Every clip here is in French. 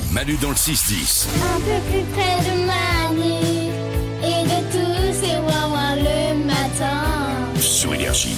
Manu dans le 6-10. Un peu plus près de Manu et de tous ces ouin-ouin le matin. Sur Énergie.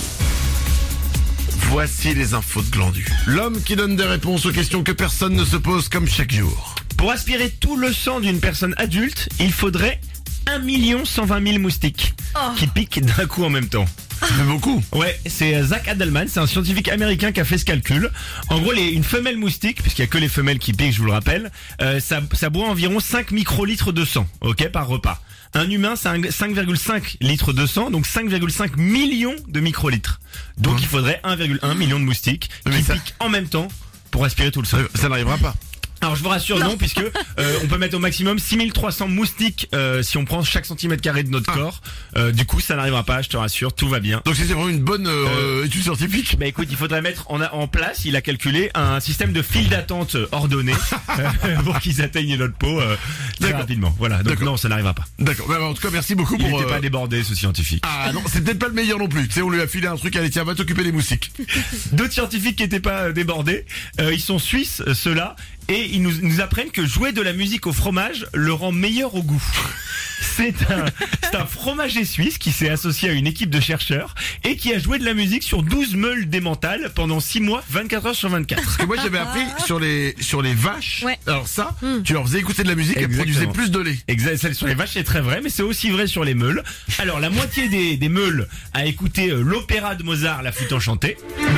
Voici les infos de Glandu. L'homme qui donne des réponses aux questions que personne ne se pose comme chaque jour. Pour aspirer tout le sang d'une personne adulte, il faudrait 1 120 000 moustiques qui piquent d'un coup en même temps. Ça fait beaucoup. Ouais, c'est Zach Adelman, c'est un scientifique américain qui a fait ce calcul. En gros, une femelle moustique, puisqu'il y a que les femelles qui piquent, je vous le rappelle, ça boit environ 5 microlitres de sang, par repas. Un humain, c'est 5,5 litres de sang, donc 5,5 millions de microlitres. Donc il faudrait 1,1 million de moustiques qui piquent en même temps pour aspirer tout le sang. Ça n'arrivera pas. Alors je vous rassure, non, puisque on peut mettre au maximum 6300 moustiques si on prend chaque centimètre carré de notre corps. Du coup, ça n'arrivera pas, je te rassure, tout va bien. Donc c'est vraiment une bonne étude scientifique. Bah écoute, il faudrait mettre en place, il a calculé un système de file d'attente ordonné pour qu'ils atteignent notre peau très rapidement. Voilà, donc non, ça n'arrivera pas. D'accord, bah, en tout cas merci beaucoup Il pour... n'était pas débordé, ce scientifique. Ah non, c'est peut-être pas le meilleur non plus. Tu sais, on lui a filé un truc, allez tiens, va t'occuper des moustiques. D'autres scientifiques qui n'étaient pas débordés, ils sont suisses, ceux-là. Et ils nous apprennent que jouer de la musique au fromage le rend meilleur au goût. C'est un fromager suisse qui s'est associé à une équipe de chercheurs et qui a joué de la musique sur 12 meules d'émental pendant 6 mois, 24 heures sur 24. Parce que moi j'avais appris sur les vaches. Ouais. Alors ça, tu leur faisais écouter de la musique et elles produisaient plus de lait. Exact, sur les vaches c'est très vrai, mais c'est aussi vrai sur les meules. Alors la moitié des meules a écouté l'opéra de Mozart, la flûte enchantée.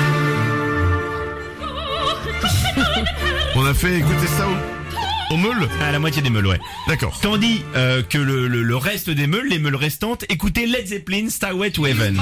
On a fait écouter ça aux meules. À la moitié des meules, ouais. D'accord. Tandis que le reste des meules, les meules restantes, écoutaient Led Zeppelin, Stairway to Heaven.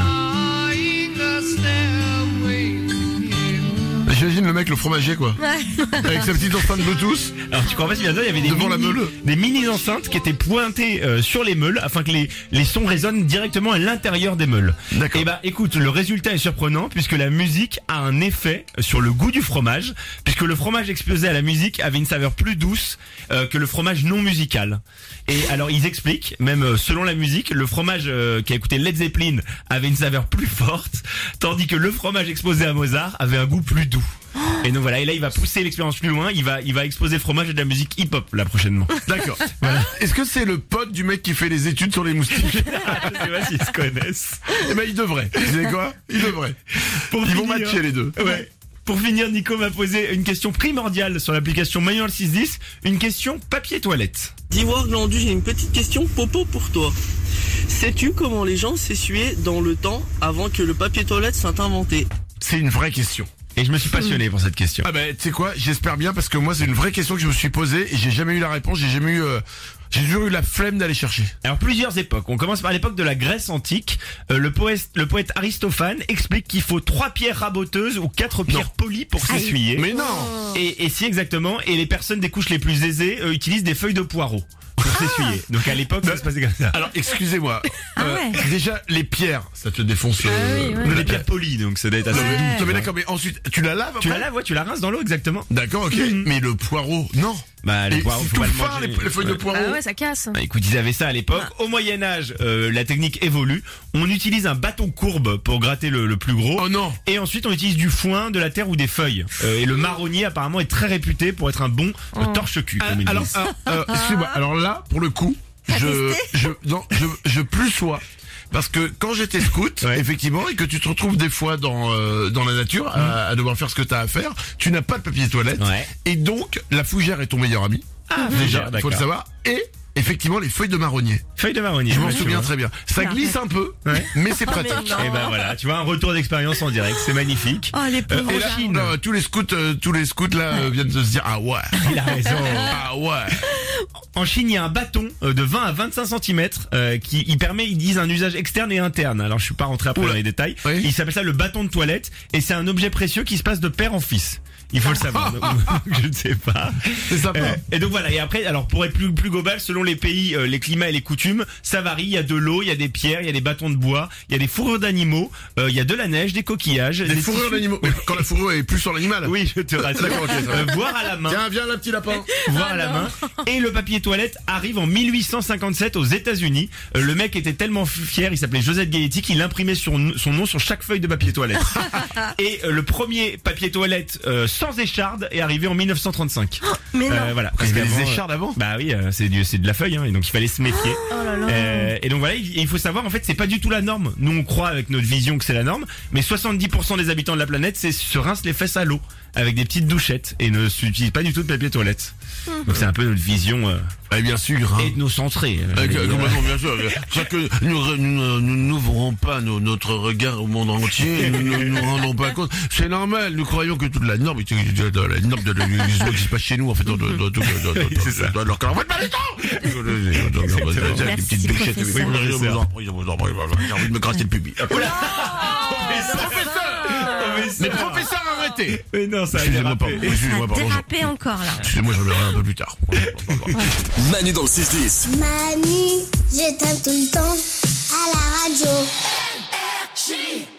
J'imagine le mec, le fromager quoi. Avec sa petite enceinte Bluetooth. Alors tu crois pas si bien sûr, il y avait Devant la meule. des mini enceintes qui étaient pointées sur les meules afin que les sons résonnent directement à l'intérieur des meules. D'accord. Et bah écoute, le résultat est surprenant puisque la musique a un effet sur le goût du fromage, puisque le fromage exposé à la musique avait une saveur plus douce que le fromage non musical. Et alors ils expliquent, même selon la musique, le fromage qui a écouté Led Zeppelin avait une saveur plus forte, tandis que le fromage exposé à Mozart avait un goût plus doux. Et donc voilà, et là il va pousser l'expérience plus loin, il va exposer le fromage à de la musique hip-hop là prochainement. D'accord. Voilà. Est-ce que c'est le pote du mec qui fait les études sur les moustiques? Je sais pas s'ils se connaissent. Eh ben il devrait. Tu sais quoi? Il devrait. Ils vont matcher les deux. Ouais. Pour finir, Nico m'a posé une question primordiale sur l'application Manu dans le 610, une question papier toilette. Dis-moi, Glandu, j'ai une petite question popo pour toi. Sais-tu comment les gens s'essuyaient dans le temps avant que le papier toilette soit inventé? C'est une vraie question. Et je me suis passionné pour cette question. Ah ben tu sais quoi, j'espère bien parce que moi c'est une vraie question que je me suis posée et j'ai jamais eu la réponse, j'ai toujours eu la flemme d'aller chercher. Alors plusieurs époques. On commence par l'époque de la Grèce antique. Le poète Aristophane explique qu'il faut 3 pierres raboteuses ou 4 pierres polies pour s'essuyer. Mais non. Et si exactement. Et les personnes des couches les plus aisées utilisent des feuilles de poireau pour s'essuyer. Donc à l'époque ça se passait comme ça. Alors excusez-moi, ouais. Déjà les pierres, ça te défonce. Les pierres polies, donc ça doit être assez doux. Non mais d'accord, mais ensuite tu la laves. Tu la après laves, ouais, tu la rinces dans l'eau exactement. D'accord, ok. Mais le poireau, non. Bah les Et poireaux, c'est faut tout pas le fin, manger. les feuilles de poireau. Ah ouais, ça casse. Bah, écoute, ils avaient ça à l'époque. Au Moyen-Âge, la technique évolue. On utilise un bâton courbe pour gratter le plus gros. Oh non. Et ensuite, on utilise du foin, de la terre ou des feuilles. Et le marronnier, apparemment, est très réputé pour être un bon torche-cul, comme ils Alors, disent. excuse-moi. Alors là, pour le coup, je plus sois. Parce que quand j'étais scout, Ouais. effectivement, et que tu te retrouves des fois dans la nature à devoir faire ce que t'as à faire, tu n'as pas de papier toilette. Ouais. Et donc, la fougère est ton meilleur ami. Déjà, faut d'accord. le savoir. Et effectivement, les feuilles de marronnier. Feuille de marronnier. Je m'en ouais, souviens tu vois. très bien. Ça glisse un peu, Ouais. mais c'est pratique. non. Et ben voilà, tu vois, un retour d'expérience en direct, c'est magnifique. Oh, les pauvres. Et là, Chine. non, tous les scouts là viennent de se dire ah ouais, Il a raison. ah ouais. En Chine, il y a un bâton de 20 à 25 cm qui il permet, ils disent, un usage externe et interne. Alors je suis pas rentré après Oula. dans les détails. Oui. Il s'appelle ça le bâton de toilette et c'est un objet précieux qui se passe de père en fils. Il faut le savoir. Donc, je ne sais pas. C'est sympa. Et donc voilà. Et après, alors pour être plus global, selon les pays, les climats et les coutumes, ça varie. Il y a de l'eau, il y a des pierres, il y a des bâtons de bois, il y a des fourrures d'animaux, il y a de la neige, des coquillages, Des fourrures tissus. d'animaux. Mais quand la fourrure est plus sur l'animal. Oui, je te rassure. D'accord, ok, ça va. Voire à la main. Tiens, viens là, petit lapin. Voire à la main. Et le papier toilette arrive en 1857 aux États-Unis. Le mec était tellement fier, il s'appelait Joseph Gaetti, qu'il imprimait son nom sur chaque feuille de papier toilette. Et le premier papier toilette sans écharde est arrivé en 1935. Mais non. Voilà. Il y avait qu'avant, des échardes avant. Bah oui, c'est de la feuille, hein, et donc il fallait se méfier. Oh là là. Et donc voilà, il faut savoir, en fait, c'est pas du tout la norme. Nous, on croit avec notre vision que c'est la norme, mais 70% des habitants de la planète se rincent les fesses à l'eau avec des petites douchettes et ne s'utilisent pas du tout de papier toilette. Donc c'est un peu notre vision Bien sûr. Hein. ethnocentrée. Complètement, bien sûr. C'est que nous n'ouvrons pas notre regard au monde entier, nous ne nous rendons pas compte. C'est normal, nous croyons que toute la norme, la norme de ce qui se passe chez nous, en fait, C'est ça. alors qu'on en fait pas du tout. Des petites bouchettes. Professeur. J'ai envie de me grasser le pubis. Mais professeur, arrêtez. Mais non, ça a Excusez-moi, dérapé. pardon. Excusez-moi, Ça a pardon. dérapé encore là. Excusez-moi, je reviendrai un peu plus tard. Manu dans le 6-10. Manu, je t'aime tout le temps à la radio. Énergie.